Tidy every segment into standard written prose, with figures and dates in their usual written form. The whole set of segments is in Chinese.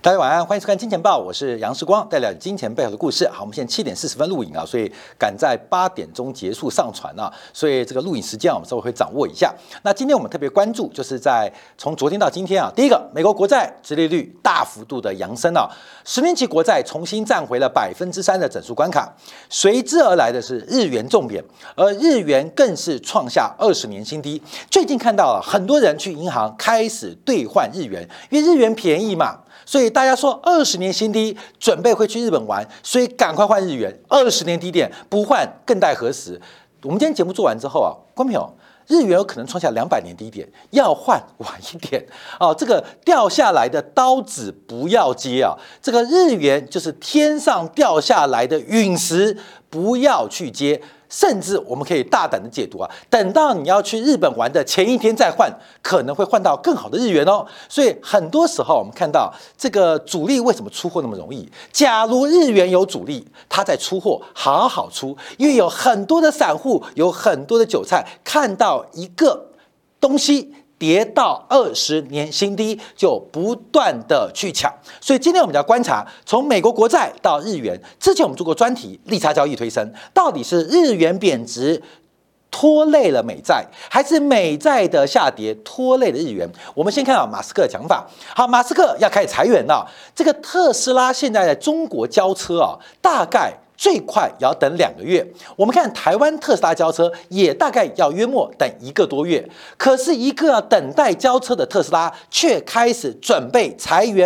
大家晚安，欢迎收看《金钱报》，我是杨世光，带来金钱背后的故事。好，我们现在7点40分录影啊，所以赶在8点钟结束上传啊，所以这个录影时间我们稍微会掌握一下。那今天我们特别关注，就是在从昨天到今天啊，第一个，美国国债殖利率大幅度的扬升啊，10年期国债重新站回了3%的整数关卡，随之而来的是日元重贬，而日元更是创下20年新低。最近看到了很多人去银行开始兑换日元，因为日元便宜嘛。所以大家说20年新低，准备会去日本玩，所以赶快换日元。20年低点不换更待何时？我们今天节目做完之后啊，观众朋友，日元有可能创下200年低点，要换晚一点哦。这个掉下来的刀子不要接啊，这个日元就是天上掉下来的陨石，不要去接。甚至我们可以大胆的解读啊，等到你要去日本玩的前一天再换，可能会换到更好的日元哦。所以很多时候我们看到这个主力为什么出货那么容易？假如日元有主力，他在出货好好出，因为有很多的散户，有很多的韭菜看到一个东西跌到20年新低，就不断的去抢。所以今天我们要观察，从美国国债到日元，之前我们做过专题，利差交易推升，到底是日元贬值拖累了美债，还是美债的下跌拖累了日元？我们先看到马斯克的讲法。好，马斯克要开始裁员了。这个特斯拉现在在中国交车啊，大概最快也要等2个月。我们看台湾特斯拉交车也大概要约莫等1个多月。可是，一个要等待交车的特斯拉却开始准备裁员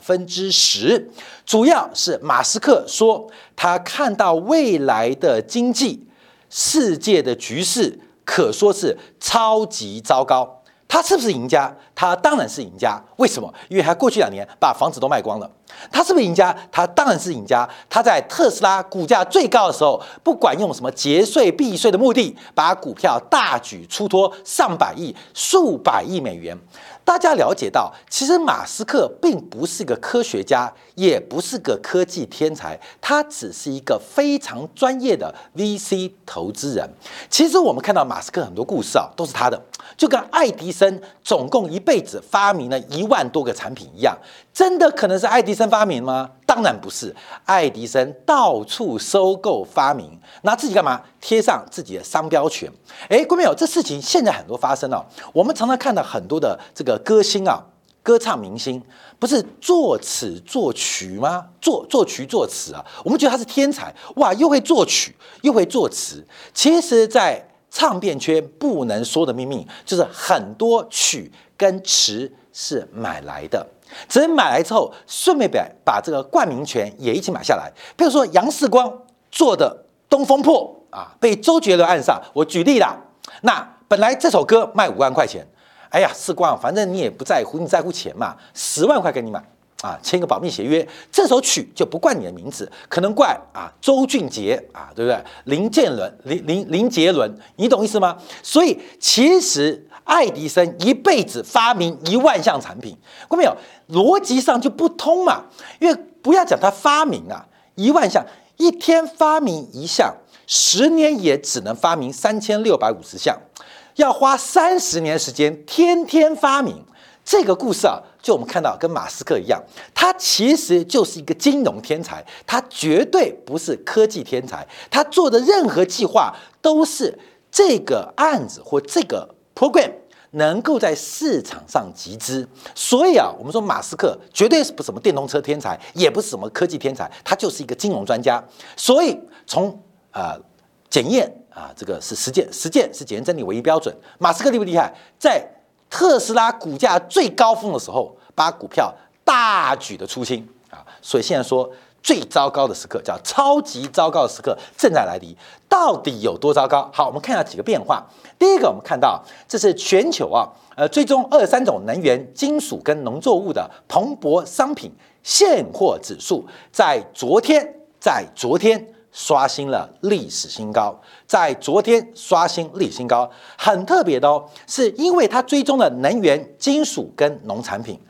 10%。主要是马斯克说，他看到未来的经济世界的局势可说是超级糟糕。他是不是赢家？他当然是赢家。为什么？因为他过去2年把房子都卖光了。他是不是赢家？他当然是赢家。他在特斯拉股价最高的时候，不管用什么节税避税的目的，把股票大举出脱上百亿、数百亿美元。大家了解到，其实马斯克并不是个科学家，也不是个科技天才，他只是一个非常专业的 VC 投资人。其实我们看到马斯克很多故事啊，都是他的，就跟爱迪生总共一辈子发明了1万多个产品一样。真的可能是爱迪生发明吗？当然不是，爱迪生到处收购发明，拿自己干嘛？贴上自己的商标权。各位朋友，这事情现在很多发生了。我们常常看到很多的这个歌星啊，歌唱明星，不是作词作曲吗？作曲作词啊，我们觉得他是天才，哇，又会作曲又会作词。其实，在唱片圈不能说的秘密，就是很多曲跟词是买来的。只是买来之后，顺便把这个冠名权也一起买下来。比如说杨世光做的《东风破》啊，被周杰伦暗杀。我举例啦，那本来这首歌卖5万块钱，哎呀，世光，反正你也不在乎，你在乎钱嘛，10万块给你买啊，签个保密协约，这首曲就不冠你的名字，可能怪啊周俊杰啊，对不对？林杰伦，你懂意思吗？所以其实爱迪生一辈子发明1万项产品，看到没有？逻辑上就不通嘛。因为不要讲他发明啊，1万项，一天发明1项，10年也只能发明3650项，要花30年时间，天天发明。这个故事啊，就我们看到跟马斯克一样，他其实就是一个金融天才，他绝对不是科技天才，他做的任何计划都是这个案子或这个 program 能够在市场上集资。所以啊，我们说马斯克绝对是不是什么电动车天才，也不是什么科技天才，他就是一个金融专家。所以从检验啊，这个是实践是检验真理唯一标准。马斯克厉不厉害？在特斯拉股价最高峰的时候，把股票大举的出清啊，所以现在说最糟糕的时刻，叫超级糟糕的时刻正在来临，到底有多糟糕？好，我们看一下几个变化。第一个，我们看到这是全球啊，追踪23种能源、金属跟农作物的彭博商品现货指数，在昨天刷新了历史新高，在昨天刷新历史新高，很特别的哦，是因为它追踪了能源、金属跟农产品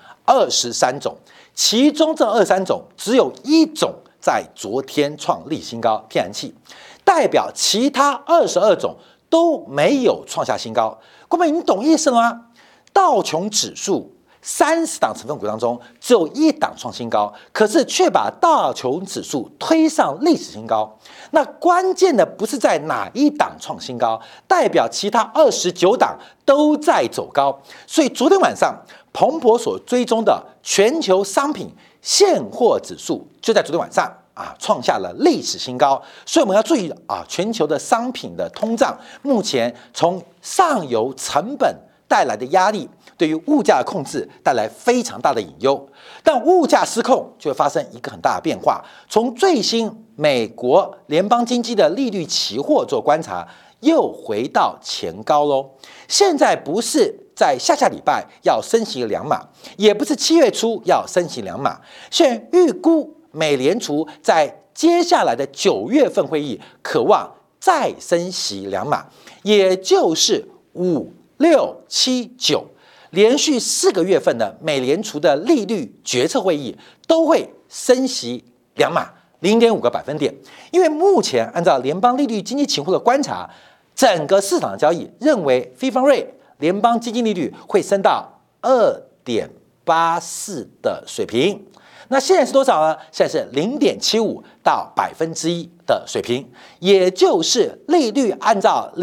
23种，其中这23种只有1种在昨天创历史新高，天然气，代表其他22种都没有创下新高。各位，你懂意思了吗？道琼指数 30档成分股当中只有1档创新高，可是却把道琼指数推上历史新高。那关键的不是在哪一档创新高，代表其他29档都在走高。所以昨天晚上彭博所追踪的全球商品现货指数就在昨天晚上创下了历史新高。所以我们要注意全球的商品的通胀目前从上游成本带来的压力，对于物价的控制带来非常大的隐忧。但物价失控就会发生一个很大的变化。从最新美国联邦基金的利率期货做观察，又回到前高喽。现在不是在下礼拜要升息2码，也不是7月初要升息2码，现在预估美联储在接下来的9月份会议渴望再升息2码，也就是5、6、7、9连续4个月份的美联储的利率决策会议都会升息2码0.5个百分点。因为目前按照联邦利率经济期货的观察，整个市场的交易认为非方瑞联邦基金利率会升到2.84的水平。那现在是多少呢？现在是0.75到1%的水平，也就是利率按照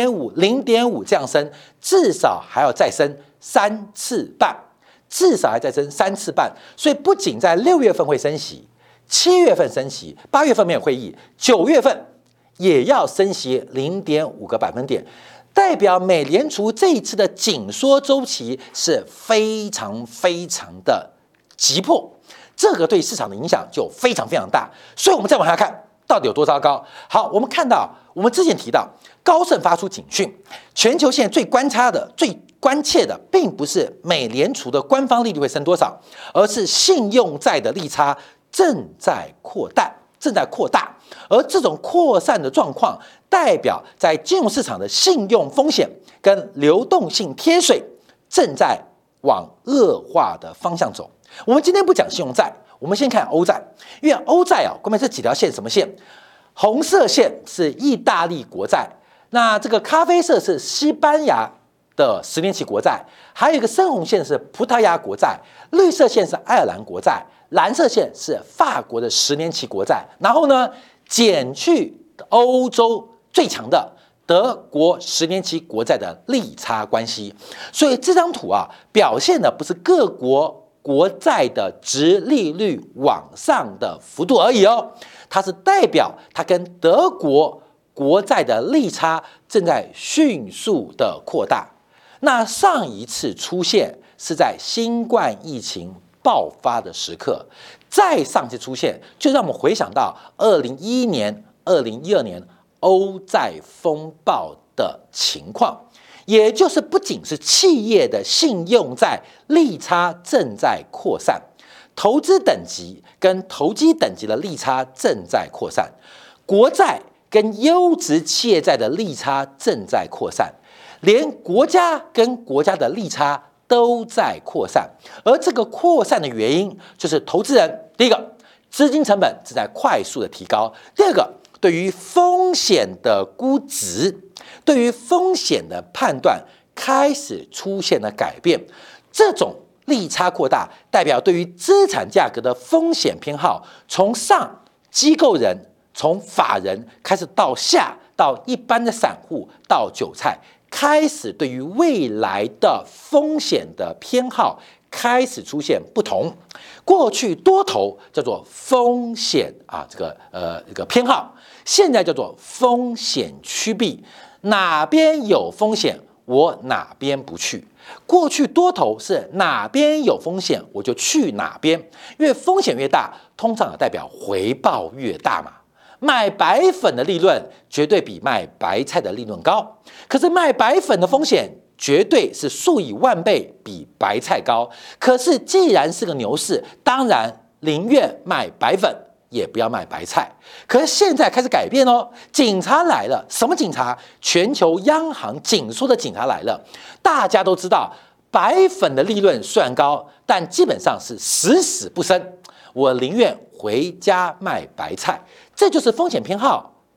0.5这样升，至少还要再升3次半，至少还再升3次半。所以不仅在6月份会升息，7月份升息，8月份没有会议，9月份也要升息0.5个百分点，代表美联储这一次的紧缩周期是非常的急迫。这个对市场的影响就非常大，所以我们再往下看，到底有多糟糕？好，我们看到，我们之前提到，高盛发出警讯，全球现在最关切的，并不是美联储的官方利率会升多少，而是信用债的利差正在扩大，而这种扩散的状况，代表在金融市场的信用风险跟流动性贴水正在往恶化的方向走。我们今天不讲信用债，我们先看欧债，因为欧债关键这几条线什么线？红色线是意大利国债，那这个咖啡色是西班牙的10年期国债，还有一个深红线是葡萄牙国债，绿色线是爱尔兰国债，蓝色线是法国的10年期国债，然后呢减去欧洲最强的德国10年期国债的利差关系。所以这张图表现的不是各国国债的殖利率往上的幅度而已它是代表它跟德国国债的利差正在迅速的扩大。那上一次出现是在新冠疫情爆发的时刻，再上次出现就让我们回想到2011年、2012年欧债风暴的情况。也就是不仅是企业的信用债利差正在扩散，投资等级跟投机等级的利差正在扩散，国债跟优质企业债的利差正在扩散，连国家跟国家的利差都在扩散。而这个扩散的原因就是投资人，第一个，资金成本正在快速的提高；第二个，对于风险的估值，对于风险的判断开始出现了改变。这种利差扩大，代表对于资产价格的风险偏好，从上机构人、从法人开始到下，到一般的散户，到韭菜，开始对于未来的风险的偏好开始出现不同。过去多头叫做风险一个偏好，现在叫做风险趋避，哪边有风险我哪边不去。过去多头是哪边有风险我就去哪边，因为风险越大，通常也代表回报越大嘛。卖白粉的利润绝对比卖白菜的利润高，可是卖白粉的风险绝对是数以万倍比白菜高。可是既然是个牛市，当然宁愿卖白粉也不要卖白菜。可是现在开始改变哦，警察来了。什么警察？全球央行紧缩的警察来了。大家都知道，白粉的利润虽然高，但基本上是死死不升。我宁愿回家卖白菜，这就是风险偏好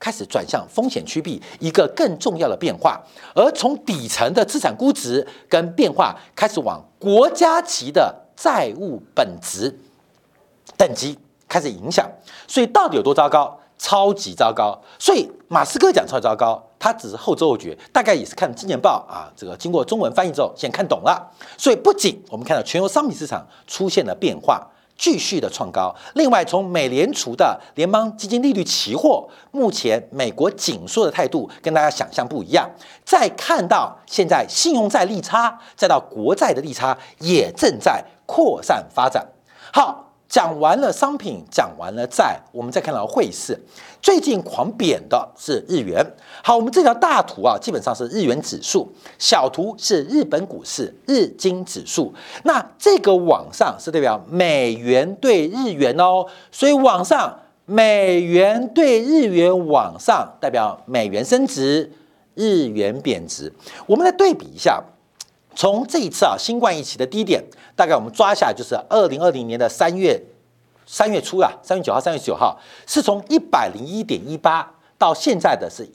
开始转向风险趋避一个更重要的变化，而从底层的资产估值跟变化开始往国家级的债务本质等级开始影响。所以到底有多糟糕？超级糟糕。所以马斯克讲超级糟糕，他只是后知后觉，大概也是看《金钱报》这个经过中文翻译之后，先看懂了。所以不仅我们看到全球商品市场出现了变化，继续的创高。另外，从美联储的联邦基金利率期货，目前美国紧缩的态度跟大家想象不一样。再看到现在信用债利差，再到国债的利差也正在扩散发展。好。讲完了商品，讲完了债，我们再看到汇市，最近狂贬的是日元。好，我们这条大图基本上是日元指数，小图是日本股市日经指数。那这个往上是代表美元对日元哦，所以往上美元对日元往上，代表美元升值，日元贬值。我们来对比一下。从这一次新冠疫情的低点，大概我们抓下来就是2020年的3月初3月9号、3月9号，是从101.18到现在的是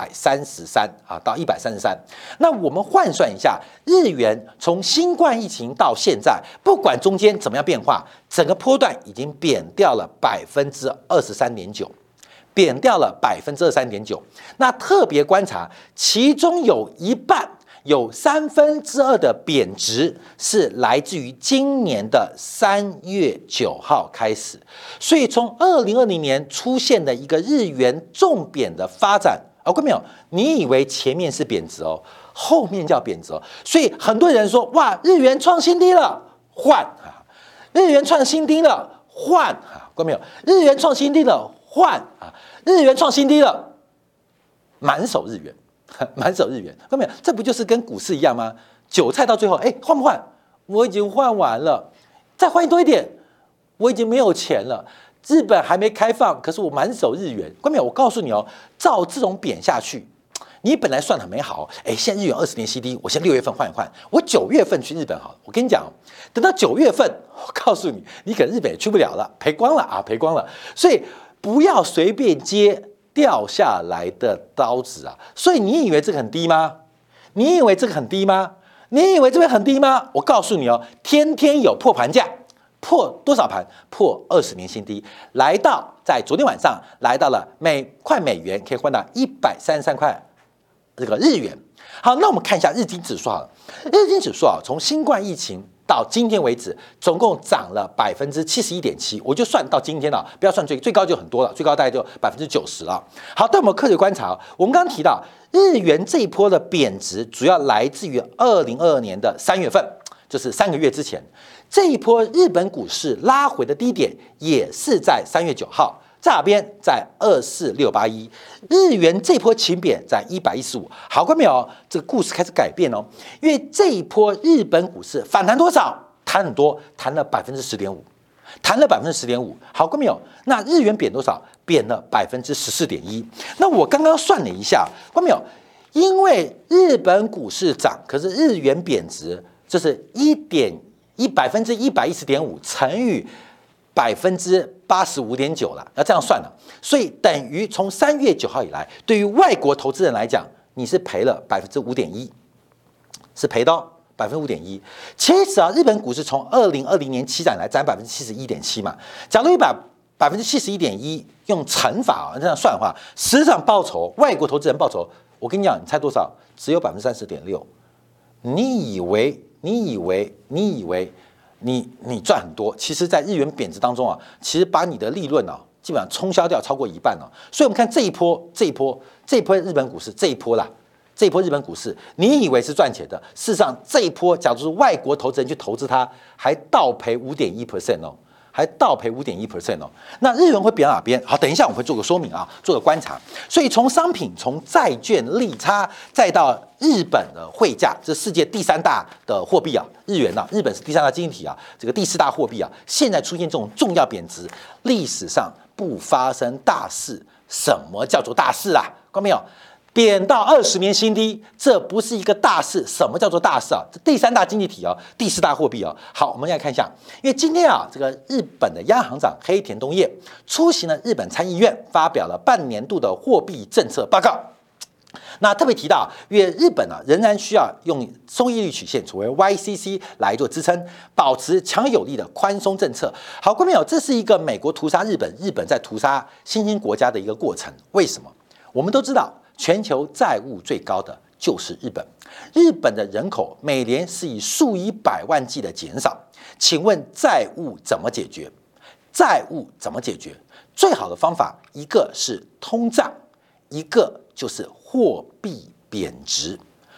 133到133。那我们换算一下，日元从新冠疫情到现在，不管中间怎么样变化，整个波段已经贬掉了23.9%，贬掉了23.9%。那特别观察，其中有一半。有2/3的贬值是来自于今年的3月9号开始，所以从2020年出现的一个日元重贬的发展，各位没有？你以为前面是贬值后面叫贬值所以很多人说哇，日元创新低了，换日元创新低了，换各位没有？日元创新低了，换日元创新低了，满手日元。满手日元，看到没有？这不就是跟股市一样吗？韭菜到最后，换不换？我已经换完了，再换多一点，我已经没有钱了。日本还没开放，可是我满手日元，看到没有？我告诉你照这种贬下去，你本来算很美好，现在日元20年 CD， 我先6月份换一换，我9月份去日本好了。我跟你讲，等到9月份，我告诉你，你可能日本也去不了了，赔光了赔光了。所以不要随便接掉下来的刀子所以你以为这个很低吗？你以为这个很低吗？你以为这边很低吗？我告诉你天天有破盘价，破多少盘？破20年新低，来到在昨天晚上来到了美元可以换到133块这个日元。好，那我们看一下日经指数好了，日经指数从新冠疫情到今天为止，总共涨了71.7%，我就算到今天了，不要算最高就很多了，最高大概就90%了。好，但我们科学观察，我们刚刚提到日元这一波的贬值，主要来自于2022年的3月份，就是3个月之前，这一波日本股市拉回的低点也是在3月9号。在哪边？在24681，日元这波轻贬在115。好，看没有？这个故事开始改变因为这一波日本股市反弹多少？弹很多，弹了10.5%，弹了10.5%。好，看没有？那日元贬多少？贬了14.1%。那我刚刚算了一下，看没有？因为日本股市涨，可是日元贬值，就是110.5%乘以85.9%了，要这样算了，所以等于从3月9号以来，对于外国投资人来讲，你是赔了5.1%，是赔到5.1%。其实日本股市从2020年起涨来涨71.7%嘛，假如你把71.1%用乘法这样算的话，实际上报酬外国投资人报酬，我跟你讲，你猜多少？只有30.6%。你以为你赚很多，其实，在日元贬值当中其实把你的利润基本上冲销掉超过一半所以我们看这一波日本股市这一波日本股市，你以为是赚钱的，事实上这一波，假如是外国投资人去投资它，还倒赔5.1%还倒赔5.1%那日元会贬到哪边？好，等一下我们会做个说明做个观察。所以从商品、从债券利差，再到日本的汇价，这世界第3大的货币日元日本是第3大经济体这个第4大货币现在出现这种重要贬值，历史上不发生大事，什么叫做大事看到没有？ 贬到20年新低，这不是一个大事。什么叫做大事啊？这第3大经济体哦，第4大货币哦。好，我们来看一下，因为今天啊，这个日本的央行长黑田东彦出席了日本参议院，发表了半年度的货币政策报告。那特别提到，因为日本仍然需要用收益率曲线，所谓 YCC 来做支撑，保持强有力的宽松政策。好，各位朋友，这是一个美国屠杀日本，日本在屠杀新兴国家的一个过程。为什么？我们都知道，全球债务最高的就是日本，日本的人口每年是以数以百万计的减少。请问债务怎么解决？债务怎么解决？最好的方法，一个是通胀，一个就是货币贬值，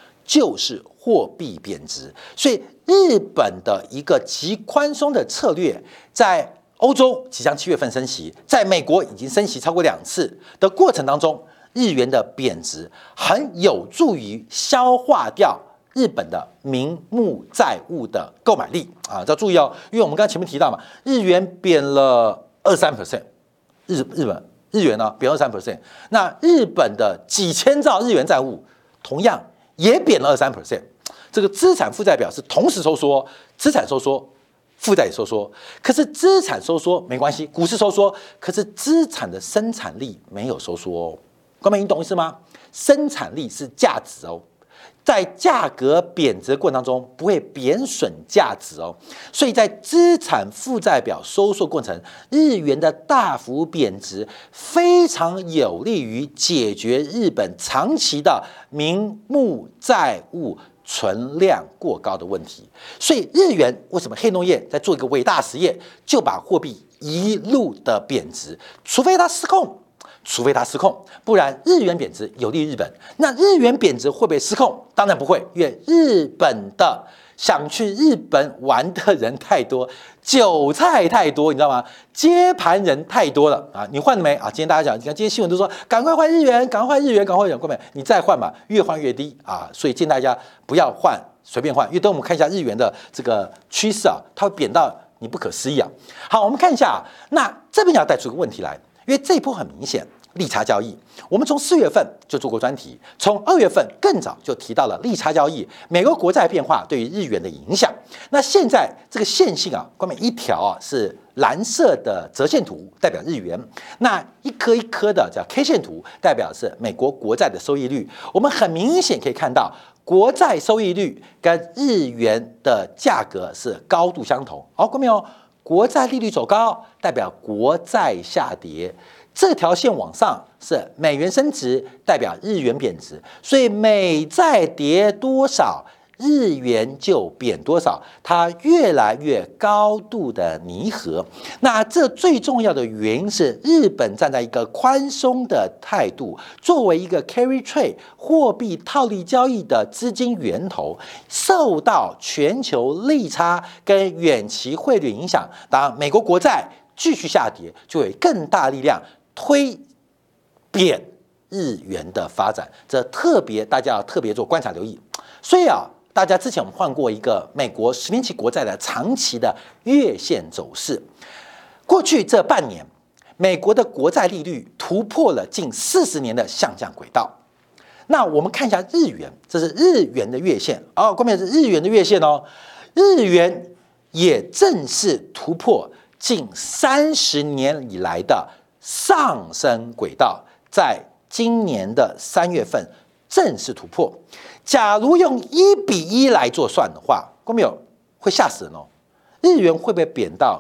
所以日本的一个极宽松的策略，在欧洲即将7月份升息，在美国已经升息超过2次的过程当中，日元的贬值很有助于消化掉日本的名目债务的购买力啊，要注意哦，因为我们刚才前面提到嘛，日元贬了23%，日元呢贬23%，那日本的几千兆日元债务同样也贬了23%，这个资产负债表是同时收缩，资产收缩，负债也收缩。可是资产收缩没关系，股市收缩，可是资产的生产力没有收缩哦。各位，你懂意思吗？生产力是价值哦。在价格贬值的过程当中，不会贬损价值哦，所以在资产负债表收缩过程，日元的大幅贬值非常有利于解决日本长期的名目债务存量过高的问题。所以日元为什么黑农业在做一个伟大实验，就把货币一路的贬值，除非它失控，不然日元贬值有利于日本。那日元贬值会不会失控？当然不会，因为日本的想去日本玩的人太多，韭菜太多，你知道吗？接盘人太多了啊！你换了没啊？今天大家讲，你看今天新闻都说赶快换日元，赶快换日元，赶快换日元，你再换嘛，越换越低啊！所以建议大家不要换，随便换，因为等我们看一下日元的这个趋势啊，它会贬到你不可思议啊！好，我们看一下，那这边要带出一个问题来，因为这一波很明显。利差交易，我们从4月份就做过专题，从2月份更早就提到了利差交易，美国国债变化对于日元的影响。那现在这个线性啊，关键一条啊是蓝色的折线图，代表日元；那一颗一颗的叫 K 线图，代表是美国国债的收益率。我们很明显可以看到，国债收益率跟日元的价格是高度相同。好，各位哦，国债利率走高，代表国债下跌。这条线往上是美元升值，代表日元贬值，所以美债跌多少，日元就贬多少，它越来越高度的拟合。那这最重要的原因是，日本站在一个宽松的态度，作为一个 carry trade 货币套利交易的资金源头，受到全球利差跟远期汇率影响。当美国国债继续下跌，就有更大力量推贬日元的发展，这大家要特别做观察留意。所以啊，大家之前我们换过一个美国10年期国债的长期的月线走势，过去这半年，美国的国债利率突破了近40年的下降轨道。那我们看一下日元，这是日元的月线哦，关键是日元的月线哦，日元也正式突破近30年以来的上升轨道，在今年的3月份正式突破。假如用1:1来做算的话，各位有会吓死人哦！日元会不会贬到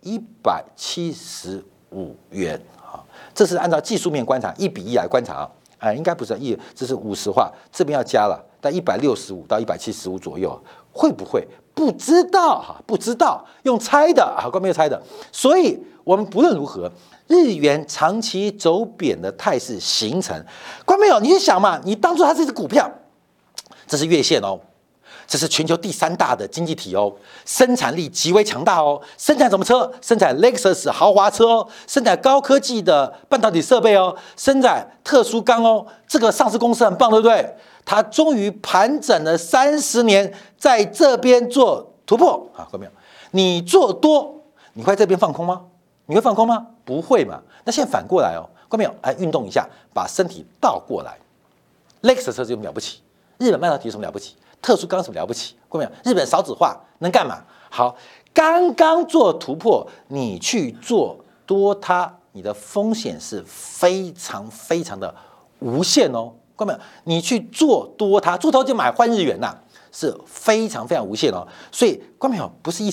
175元啊？这是按照技术面观察1:1来观察啊，应该不是这是50化，这边要加了，但165到175左右，会不会？不知道哈，不知道，用猜的啊，关没有猜的。所以我们不论如何，日元长期走贬的态势形成，关没有？你就想嘛，你当初它是一只股票，这是月线哦，这是全球第3大的经济体哦，生产力极为强大哦，生产什么车？生产 Lexus 豪华车哦，生产高科技的半导体设备哦，生产特殊钢哦，这个上市公司很棒，对不对？它终于盘整了30年，在这边做突破啊，看到没有？你做多，你会在这边放空吗？你会放空吗？不会嘛。那现在反过来哦，看到没有？来运动一下，把身体倒过来， Lexus 车子有什么了不起？日本半导体有什么了不起？特殊钢有什么了不起？各位没有？日本少子化能干嘛？好，刚刚做突破，你去做多它，你的风险是非常非常的无限哦。各位没有？你去做多它，做多就买换日元呐、是非常非常无限哦。所以，各位没有？不是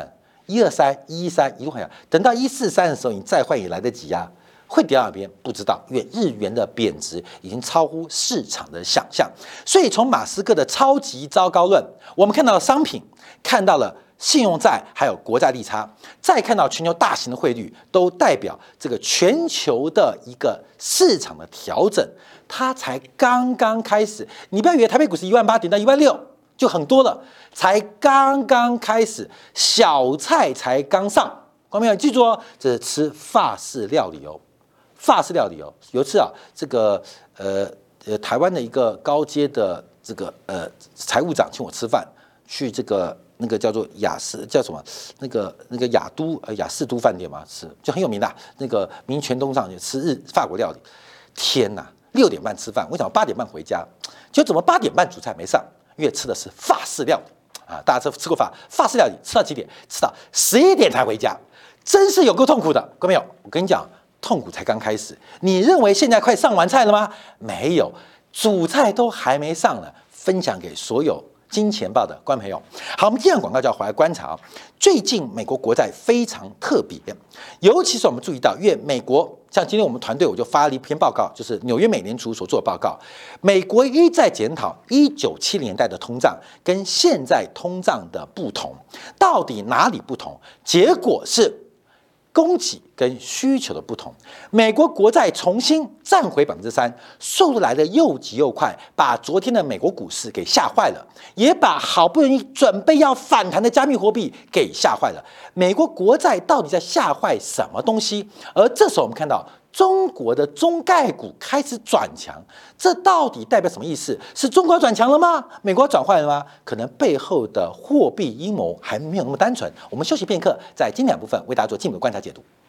133、123、113一路回来，等到143的时候，你再换也来得及啊。会跌到哪边不知道，因为日元的贬值已经超乎市场的想象。所以从马斯克的超级糟糕论，我们看到了商品，看到了信用债，还有国债利差，再看到全球大型的汇率，都代表这个全球的一个市场的调整，它才刚刚开始。你不要以为台北股市18000点到16000就很多了，才刚刚开始，小菜才刚上。观众朋友记住哦，这是吃法式料理哦。法式料理哦，有一次啊，这个台湾的一个高阶的这个财务长请我吃饭，去这个那个叫做雅士叫什么那个雅士都饭店嘛，是就很有名的、那个民权东上吃法国料理。天哪，6点半吃饭，我想8点半回家，就怎么8点半主菜没上，因为吃的是法式料理啊，大家吃过法式料理吃到几点？吃到11点才回家，真是有够痛苦的。各位朋友，我跟你讲。痛苦才刚开始，你认为现在快上完菜了吗？没有，主菜都还没上呢。分享给所有金钱豹的观众朋友。好，我们第二个广告就要回来观察。最近美国国债非常特别，尤其是我们注意到，因为美国像今天我们团队我就发了一篇报告，就是纽约美联储所做的报告，美国一再检讨1970年代的通胀跟现在通胀的不同，到底哪里不同？结果是。供给跟需求的不同，美国国债重新站回3%，速度来得又急又快，把昨天的美国股市给吓坏了，也把好不容易准备要反弹的加密货币给吓坏了。美国国债到底在吓坏什么东西？而这时候我们看到中国的中概股开始转强，这到底代表什么意思？是中国转强了吗？美国转坏了吗？可能背后的货币阴谋还没有那么单纯。我们休息片刻，在今天2部分为大家做进一步的观察解读。